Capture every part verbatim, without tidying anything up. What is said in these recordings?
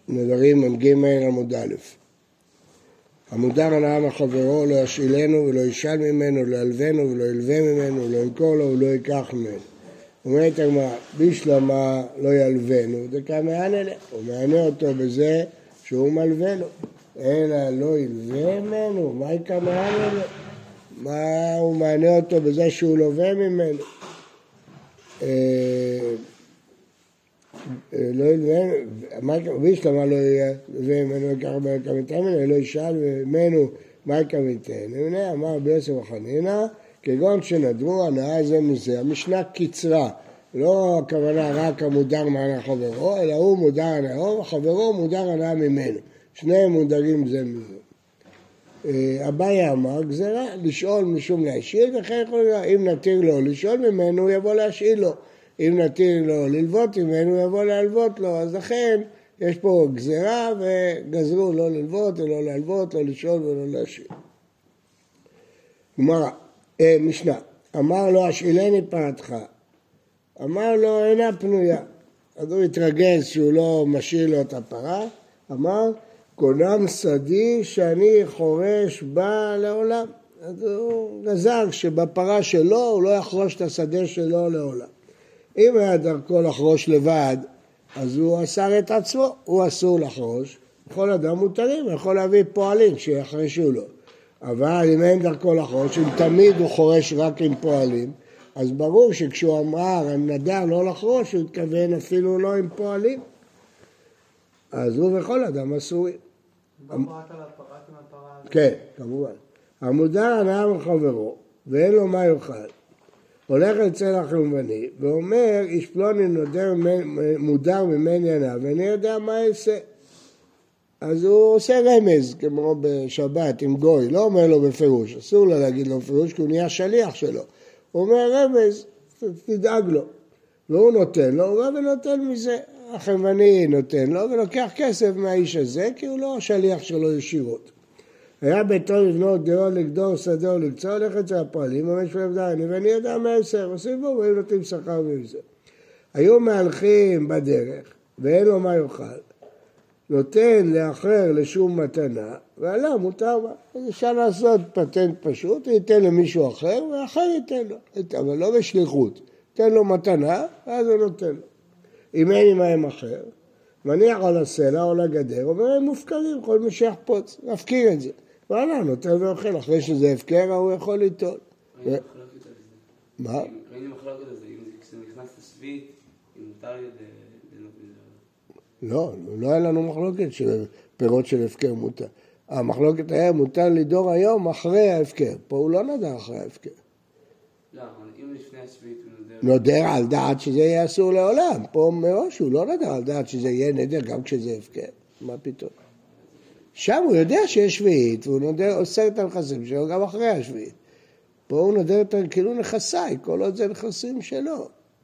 נדרים מ"ג עמוד א'. המודר הנאה מחברו לא ישאילנו ולא ישאל ממנו, לא ילבנו ולא ילווה ממנו, לא ימכור לו ולא ייקח ממנו. אומרת הגמרא, בשלמה לא ילבנו, דקה מענה לו, הוא מענה אותו בזה שהוא מלווה לו, אלא לא ילווה ממנו, מה יקרה מענה לו? מה הוא מענה אותו בזה שהוא לווה ממנו? לא ילווה, בשלמה לא ילווה ממנו, יקח ממנו, לא ישאל ממנו, מה יקרה מיתן? אמר ביוסף וחנינא, כגון שנדרו הנאה זה מזה, המשנה קיצרה, לא הכוונה רק המודר מהנאה חברו, אלא הוא מודר הנאה, וחברו מודר הנאה ממנו, שניהם מודרים זה מזה. אביי אמר, גזרה, לשאול משום להשאיל, וכן יכול להיות, אם נתיר לו לשאול ממנו, הוא יבוא להשאיל לו, אם נתיר לו ללוות ממנו, הוא יבוא להלוות לו, אז לכן יש פה גזרה, וגזרו לא ללוות, לא להלוות, לא לשאול ולא להשאיל. גמרא, משנה, אמר לו השאילני פרתך, אמר לו אינה פנויה, אז הוא התרגז שהוא לא משאיל לו את הפרה, אמר קונם שדי שאני חורש בה לעולם, אז הוא גזר שבפרה שלו הוא לא יחרוש את השדה שלו לעולם. אם היה דרכו לחרוש לבד, אז הוא אסר את עצמו, הוא אסור לחרוש, כל אדם מותרים, יכול להביא פועלים שיחרשו לו. אבל אם אין דרכו לחרוש, אם תמיד הוא חורש רק עם פועלים, אז ברור שכשהוא אמר הנדר לא לחרוש, הוא התכוון אפילו לא עם פועלים. אז הוא וכל אדם אסורים. מה פרט על הפרט עם הפרה הזאת? כן, כמובן. המודר הנאה מחברו, ואין לו מה יאכל. הולך אצל החנווני, ואומר, איש פלוני נודר מודר ממני הנאה, ואני יודע מה יעשה. אז הוא עושה רמז, כמו בשבת עם גוי, לא אומר לו בפירוש, אסור לו להגיד לו בפירוש, כי הוא נהיה שליח שלו. הוא אומר רמז, תדאג לו. והוא נותן לו, הוא בא ונותן מזה. החנווני נותן לו, ולוקח כסף מהאיש הזה, כי הוא לא שליח שלו ישירות. היה ביתו לבנות דירות לגדור שדה או לקצור, הולך אצל הפועלים, ממש ולבדייני, ואני יודע מה עשר, עושים בו, והם נותנים שכר מזה. היו מהלכים בדרך, ואין לו מה יאכל. נותן לאחר לשום מתנה, ועלה מותר בה. אז אפשר לעשות פטנט פשוט, ייתן למישהו אחר, ואחר ייתן לו. אבל לא בשליחות. ייתן לו מתנה, ואז הוא נותן לו. אם אין עמהם אחר, מניח על הסלע או לגדר, אומר, הם מופקרים, כל מי שיחפוץ, נפקיר את זה. ועלה, נותן ואוכל, אחרי שזה הפקר, הוא יכול ליטול. ראינו מחלוקת על זה. מה? ראינו מחלוקת על זה, כשזה נכנס לשביעית, אם מותר ליהנות מזה. לא, לא היה לנו מחלוקת שפירות של הפקר מותר. המחלוקת היה מותר לדור היום אחרי ההפקר. פה הוא לא נדר אחרי ההפקר. לא, אבל אם לפני השביעית הוא נדר... נודר על דעת שזה יהיה אסור לעולם. פה מראש הוא לא נדר על דעת שזה יהיה נדר גם כשזה הפקר. מה פתאום? שם הוא יודע שיש שביעית, והוא נודר, עושה את הנכסים שלו גם אחרי השביעית. פה הוא נודר את כאילו נכסי, כל עוד זה נכסים שלו.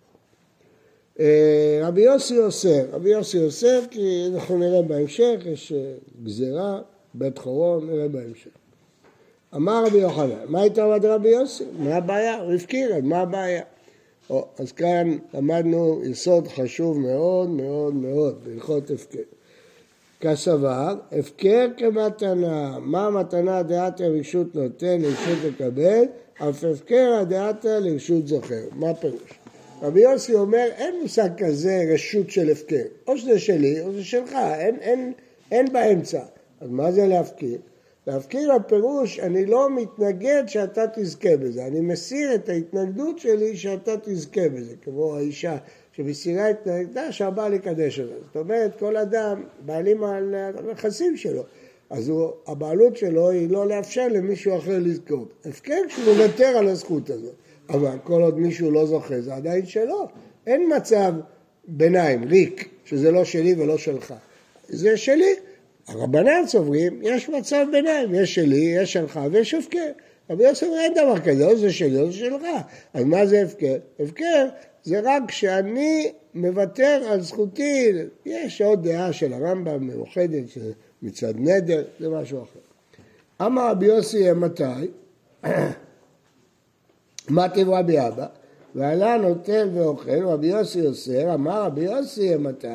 רבי יוסי אוסר, רבי יוסי אוסר כי אנחנו נראה בהמשך, יש גזירה, בית חורון, נראה בהמשך. אמר רבי יוחנן, מה הייתה עד רבי יוסי? מה הבעיה? הוא הפקיר, מה הבעיה? או, אז כאן למדנו יסוד חשוב מאוד מאוד מאוד, בהלכות הפקר. כסבר, הפקר כמתנה, מה מתנה דעתה לרשות נותן, לרשות לקבל, אף הפקר דעתה לרשות זוכר. מה פירוש? רבי יוסי אומר, אין מושג כזה רשות של הפקר. או שזה שלי, או זה שלך, אין, אין, אין באמצע. אז מה זה להפקיר? להפקיר הפירוש, אני לא מתנגד שאתה תזכה בזה. אני מסיר את ההתנגדות שלי שאתה תזכה בזה. כמו האישה שמסירה את התנגדה, שהבא לקדש אותה. זאת אומרת, כל אדם בעלים על הנכסים שלו. אז הוא, הבעלות שלו היא לא לאפשר למישהו אחר לזכות. הפקר כשהוא מוותר על הזכות הזאת. אבל כל עוד מישהו לא זוכה, זה עדיין שלו. אין מצב ביניים, ריק, שזה לא שלי ולא שלך. זה שלי. הרבנן סוברים, יש מצב ביניים, יש שלי, יש שלך ויש הפקר. אבל יוסף אין דבר כזה, או זה שלי או זה שלך. אז מה זה הפקר? הפקר זה רק שאני מוותר על זכותי. יש עוד דעה של הרמב"ם מאוחדת, מצד נדר, זה משהו אחר. אמר רבי יוסי מתי? מה טבע רבי אבא? ועלה נוטל ואוכל, רבי יוסי אוסר, אמר רבי יוסי מתי?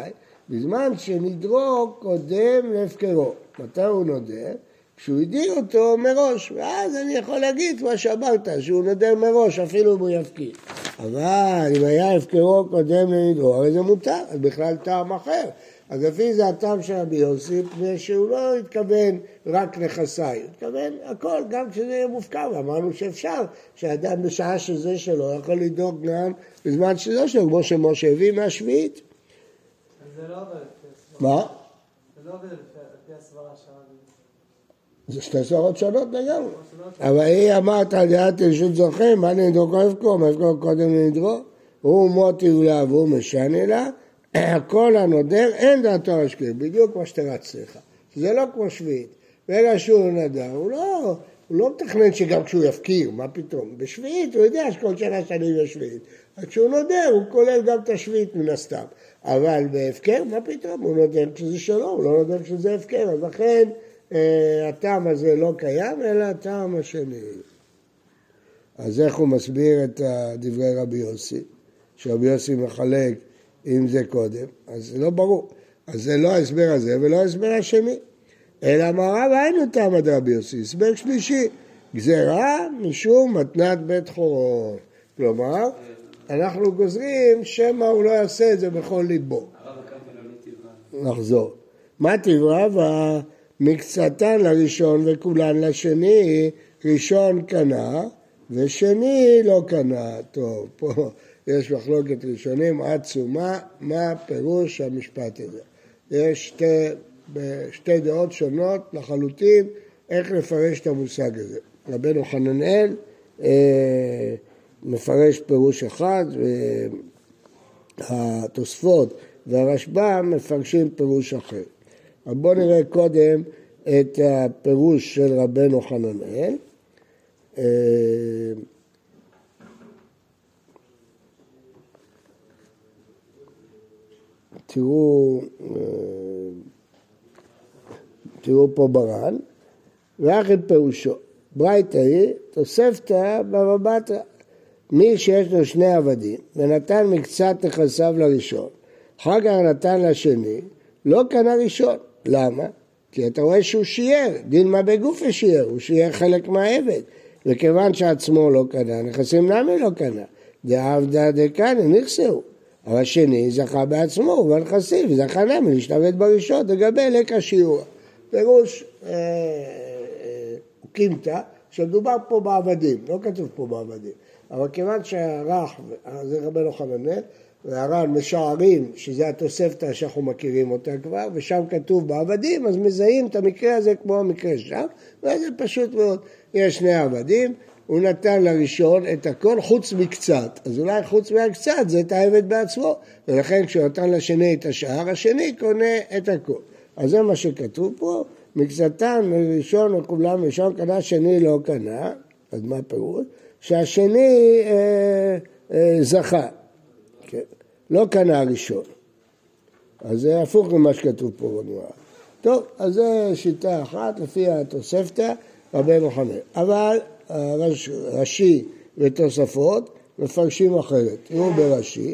בזמן שנדרו קודם להפקרו. מתי הוא נודר? כשהוא הדיר אותו מראש, ואז אני יכול להגיד מה שאמרת, שהוא נודר מראש, אפילו אם הוא יפקיר. אבל אם היה הפקרו קודם לנדרו, הרי זה מותר, אז בכלל טעם אחר. אז לפי זה הטעם של רבי יוסי, פני שהוא לא התכוון רק לחסאי, הוא התכוון הכל, גם כשזה יהיה מופקר, ואמרנו שאפשר, שאדם בשעה שזה שלו יכול לדאוג גם בזמן שזה שלו, כמו שמשה הביא מהשביעית. זה לא עובד לפי הסברה. מה? זה לא עובד לפי הסברה שהרבי. זה שתי סברות שונות לגמרי. אבל היא אמרת על דעת רשות זוכם, מה נדרו כל הפקור, מה הפקור קודם לנדרו? הוא מותיר לה והוא משנה לה, כל הנודר אין דעתו השקיר, בדיוק כמו שתרצת לך. זה לא כמו שביעית. ברגע שהוא נדר, הוא לא, הוא לא מתכנן שגם כשהוא יפקיר, מה פתאום? בשביעית הוא יודע שכל שנה שנים בשביעית. אז כשהוא נודר הוא כולל גם את השביעית מן הסתם. אבל בהפקר, מה פתאום? הוא נודר כשזה שלו, הוא לא נודר כשזה הפקר. אז לכן אה, הטעם הזה לא קיים, אלא הטעם השני. אז איך הוא מסביר את דברי רבי יוסי? שרבי יוסי מחלק אם זה קודם, אז זה לא ברור. אז זה לא ההסבר הזה ולא ההסבר השני. אלא מה רב היינו טעם עד רבי יוסי, הסבר שלישי, גזירה משום מתנת בית חורון. כלומר, אנחנו גוזרים שמא הוא לא יעשה את זה בכל ליבו. נחזור. מה תברא? מקצתן לראשון וכולן לשני, ראשון קנה ושני לא קנה. טוב, פה יש מחלוקת ראשונים עצומה, מה פירוש המשפט הזה. יש שתי, שתי דעות שונות לחלוטין איך לפרש את המושג הזה. רבנו חננאל אה, מפרש פירוש אחד, והתוספות והרשב"ם מפרשים פירוש אחר. אבל בואו נראה קודם את הפירוש של רבנו חננאל. אה, תראו, תראו פה ברן, ואחד פירושו. ברייתא היא, תוספתא בבא בתרא. מי שיש לו שני עבדים, ונתן מקצת נכסיו לראשון, אחר כך נתן לשני, לא קנה ראשון. למה? כי אתה רואה שהוא שיער, דין מה בגופה שיער, הוא שיער חלק מהעבד. וכיוון שעצמו לא קנה, נכסים למה לא קנה? דעבדא דקנא נכסהו. אבל השני זכה בעצמו ובנכסים, וזכה נמי להשתבט בראשון, לגבי לקה שיעורה. פירוש אה, אה, קימתא, שמדובר פה בעבדים, לא כתוב פה בעבדים. אבל כיוון שהרח, זה רבנו חננאל, והר"ן משערים, שזה התוספתא שאנחנו מכירים אותה כבר, ושם כתוב בעבדים, אז מזהים את המקרה הזה כמו המקרה שם, וזה פשוט מאוד. יש שני עבדים, הוא נתן לראשון את הכל חוץ מקצת, אז אולי חוץ מהקצת זה את העבד בעצמו, ולכן כשהוא נתן לשני את השאר, השני קונה את הכל. אז זה מה שכתוב פה, מקצתן ראשון וכולם ראשון קנה, שני לא קנה, אז מה פירוש? שהשני אה, אה, זכה, כן? לא קנה ראשון. אז זה הפוך ממה שכתוב פה בגמרא. טוב, אז זה שיטה אחת לפי התוספתא רבנו חננאל. אבל רש"י ותוספות מפרשים אחרת. תראו ברש"י,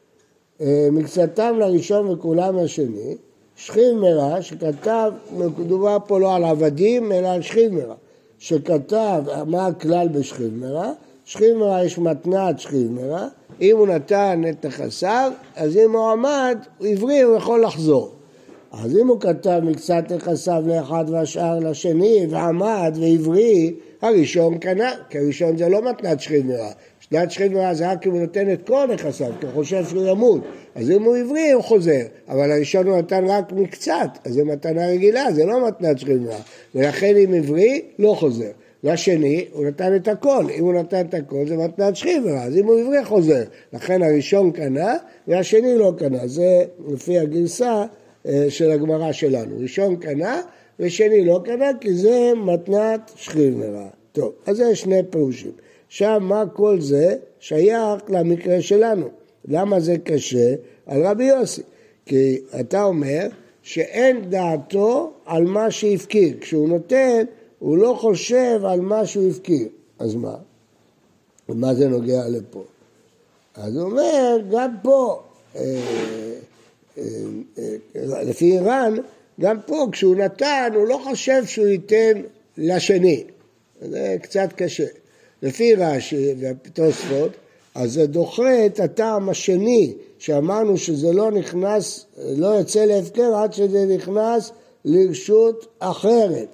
מקצתם לראשון וכולם לשני, שכיב מרע שכתב, מדובר פה לא על עבדים אלא על שכיב מרע, שכתב, מה הכלל בשכיב מרע? שכיב מרע יש מתנת שכיב מרע, אם הוא נתן את נכסיו, אז אם הוא עמד, הוא עברי, הוא יכול לחזור. אז אם הוא כתב מקצת נכסיו לאחד והשאר לשני, ועמד ועברי, הראשון קנה, כי הראשון זה לא מתנת שכיב מרע. מתנת שכיב מרע זה רק אם הוא נותן את כל נכסיו, כי הוא חושב שהוא ימות. אז אם הוא עברי, הוא חוזר. אבל הראשון הוא נתן רק מקצת, אז זה מתנה רגילה, זה לא מתנת שכיב מרע. ולכן אם עברי, לא חוזר. לשני, הוא נתן את הכל. אם הוא נתן את הכל, זה מתנת שכיב מרע. אז אם הוא עברי, חוזר. לכן הראשון קנה, והשני לא קנה. זה לפי הגרסה של הגמרא שלנו. ראשון קנה, ושני לא קנה, כי זה מתנת שכיב מרע. טוב, אז זה שני פירושים. שם מה כל זה שייך למקרה שלנו. למה זה קשה? על רבי יוסי. כי אתה אומר שאין דעתו על מה שהפקיר. כשהוא נותן, הוא לא חושב על מה שהוא הפקיר. אז מה? מה זה נוגע לפה? אז הוא אומר, גם פה, אה, אה, אה, לפי ר"ן, גם פה כשהוא נתן, הוא לא חושב שהוא ייתן לשני. זה קצת קשה. לפי רש"י והתוספות, אז זה דוחה את הטעם השני, שאמרנו שזה לא נכנס, לא יוצא להפקר עד שזה נכנס לרשות אחרת.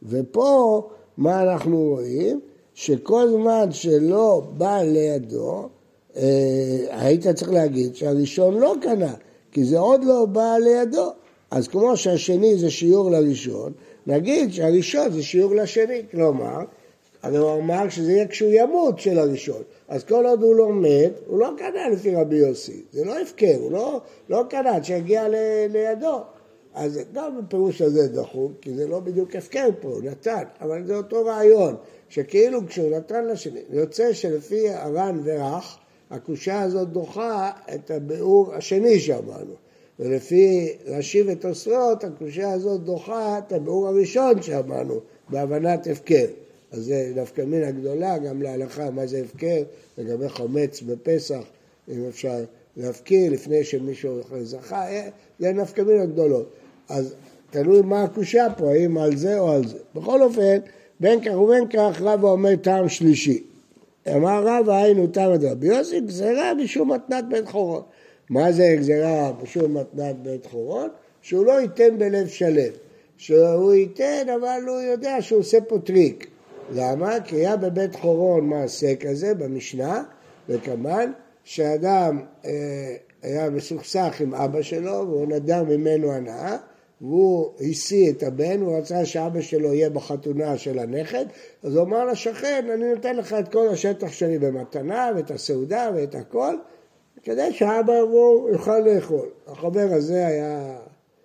ופה מה אנחנו רואים? שכל זמן שלא בא לידו, אה, היית צריך להגיד שהראשון לא קנה, כי זה עוד לא בא לידו. אז כמו שהשני זה שיעור לראשון, נגיד שהראשון זה שיעור לשני, כלומר, הרי הוא אמר שזה יהיה כשהוא ימות של הראשון, אז כל עוד הוא לא מת, הוא לא קנה לפי רבי יוסי, זה לא הפקר, הוא לא, לא קנה עד שיגיע ל, לידו. אז גם בפירוש הזה דחוק, כי זה לא בדיוק הפקר פה, הוא נתן, אבל זה אותו רעיון, שכאילו כשהוא נתן לשני, יוצא שלפי הר"ן ורך, הקושה הזאת דוחה את הביאור השני שאמרנו, ולפי רש"י ותוספות, הקושה הזאת דוחה את הביאור הראשון שאמרנו, בהבנת הפקר. אז זה דווקא מינה גדולה, גם להלכה מה זה הפקר, לגבי חומץ בפסח, אם אפשר להפקיר לפני שמישהו זכה, זה נפקא מינה גדולות. אז תלוי מה הקושה פה, האם על זה או על זה. בכל אופן, בין כך ובין כך רבא אומר טעם שלישי. אמר רבא, היינו טעם רבי יוסי, גזירה משום מתנת בית חורון. מה זה גזירה משום מתנת בית חורון? שהוא לא ייתן בלב שלם. שהוא ייתן, אבל הוא יודע שהוא עושה פה טריק. למה? כי היה בבית חורון מעשה כזה במשנה, וכמובן, שאדם אה, היה מסוכסך עם אבא שלו, והוא נדר ממנו הנאה, והוא השיא את הבן, הוא רצה שאבא שלו יהיה בחתונה של הנכד, אז הוא אמר לשכן, אני נותן לך את כל השטח שלי במתנה, ואת הסעודה ואת הכל, כדי שאבא הוא יוכל לאכול. החבר הזה היה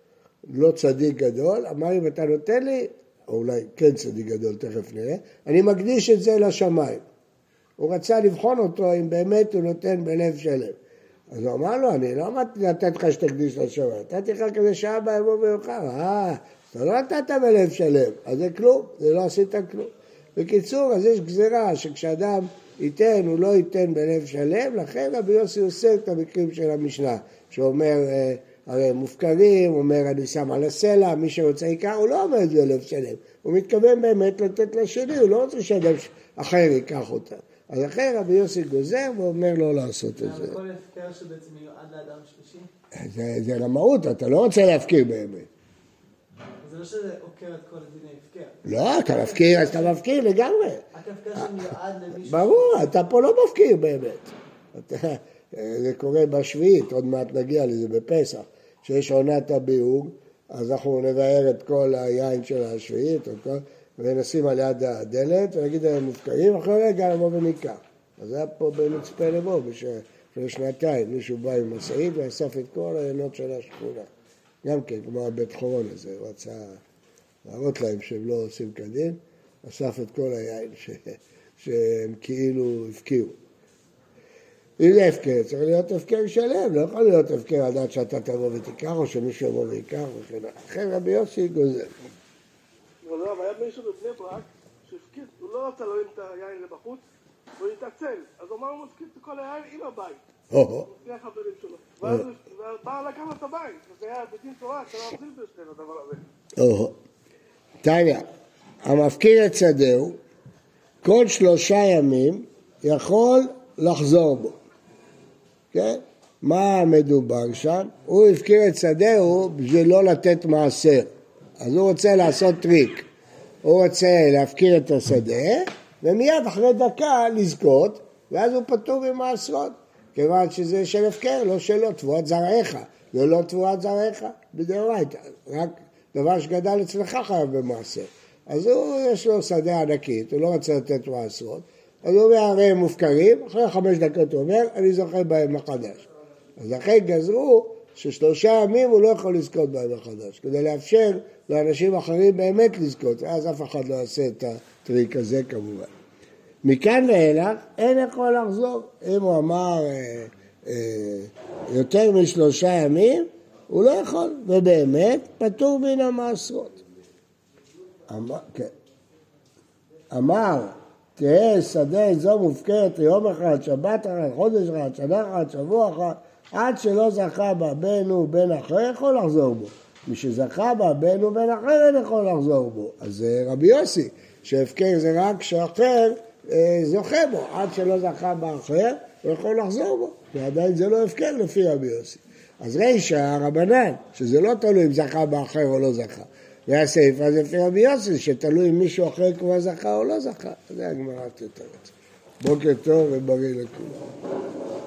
לא צדיק גדול, אמר אם אתה נותן לי, או אולי כן צדיק גדול, תכף נראה, אני מקדיש את זה לשמיים. הוא רצה לבחון אותו אם באמת הוא נותן בלב שלם. אז הוא אמר לו, אני לא נתת לך שתקדיש לשמיים, נתתי לך כזה שאבא יבוא ויוכל. אה, אתה לא נתת בלב שלם, אז זה כלום, זה לא עשית כלום. בקיצור, אז יש גזירה שכשאדם ייתן, הוא לא ייתן בלב שלם, לכן רבי יוסי עושה את המקרים של המשנה, שאומר, הרי מופקרים, הוא אומר, אני שם על הסלע, מי שרוצה עיקר, הוא לא אומר את זה בלב שלם. הוא מתכוון באמת לתת לשני, הוא לא רוצה שאדם אחר ייקח אותה. אז אחרי רבי יוסי גוזר ואומר לא לעשות את זה. זה כל הפקר שבעצם מיועד לאדם שלישי? זה, זה למהות, אתה לא רוצה להפקיר באמת. זה לא שזה עוקר את כל דיני הפקר. לא, אתה מפקיר, אז אתה מפקיר לגמרי. רק הפקר שמיועד למישהו... ברור, אתה פה לא מפקיר באמת. אתה, זה קורה בשביעית, עוד מעט נגיע לזה בפסח, שיש עונת הביאור, אז אנחנו נבאר את כל היין של השביעית, ונשים על יד הדלת, ונגיד הם מופקרים, אחרי רגע נבוא וניקח. אז היה פה במצפה לבוא, לפני שנתיים, מישהו בא עם משאית ואסף את כל העיינות של השכונה. גם כן, כמו הבית חורון הזה, הוא רצה להראות להם שהם לא עושים כדין, אסף את כל היין ש... שהם כאילו הפקיעו. אם זה הפקר, צריך להיות הפקר שלם, לא יכול להיות הפקר עד שאתה תבוא ותיקח, או שמישהו יבוא ויקח, לכן רבי יוסי גוזר. אבל היה מישהו בבני ברק שהפקיד, הוא לא רצה להרים את היין לבחוץ, הוא התעצל, אז הוא אמר הוא מפקיד את כל היין עם הבית. לפני החברים שלו. ואז בא לקחת את הבית, וזה היה בדין תורה, אתה לא מחזיק בשביל הדבר הזה. תניא, המפקיר את שדהו, כל שלושה ימים יכול לחזור בו. כן? מה מדובר שם? הוא הפקיר את שדהו בשביל לא לתת מעשר. אז הוא רוצה לעשות טריק. הוא רוצה להפקיר את השדה, ומיד אחרי דקה לזכות, ואז הוא פטור ממעשרות. כיוון שזה של הפקר, לא שלו, תבואת זרעיך. זה לא תבואת זרעיך, בדאורייתא. רק דבר שגדל אצלך חייב במעשר. אז הוא, יש לו שדה ענקית, הוא לא רוצה לתת מעשרות. אז הוא אומר, הרי הם מופקרים, אחרי חמש דקות הוא אומר, אני זוכה בהם מחדש. אז אחרי גזרו, ששלושה ימים הוא לא יכול לזכות בהם מחדש, כדי לאפשר לאנשים אחרים באמת לזכות, ואז אף אחד לא יעשה את הטריק הזה כמובן. מכאן ואילך אין יכול לחזור. אם הוא אמר אה, אה, יותר משלושה ימים, הוא לא יכול, ובאמת פטור מן המעשרות. אמר, כן. אמר, תראה, שדה זו מופקרת יום אחד, שבת אחד, חודש אחד, שנה אחד, שבוע אחד, עד שלא זכה בה בן הוא בן אחר, יכול לחזור בו. מי שזכה בה, בן ובן אחר אין יכול לחזור בו. אז זה רבי יוסי, שהפקר זה רק כשאחר אה, זוכה בו, עד שלא זכה באחר, הוא יכול לחזור בו, ועדיין זה לא הפקר לפי רבי יוסי. אז רישא הרבנן, שזה לא תלוי אם זכה באחר או לא זכה. והסייפה זה לפי רבי יוסי, שתלוי אם מישהו אחר כבר זכה או לא זכה. זה הגמרא תתרץ. בוקר טוב ובריא לכולם.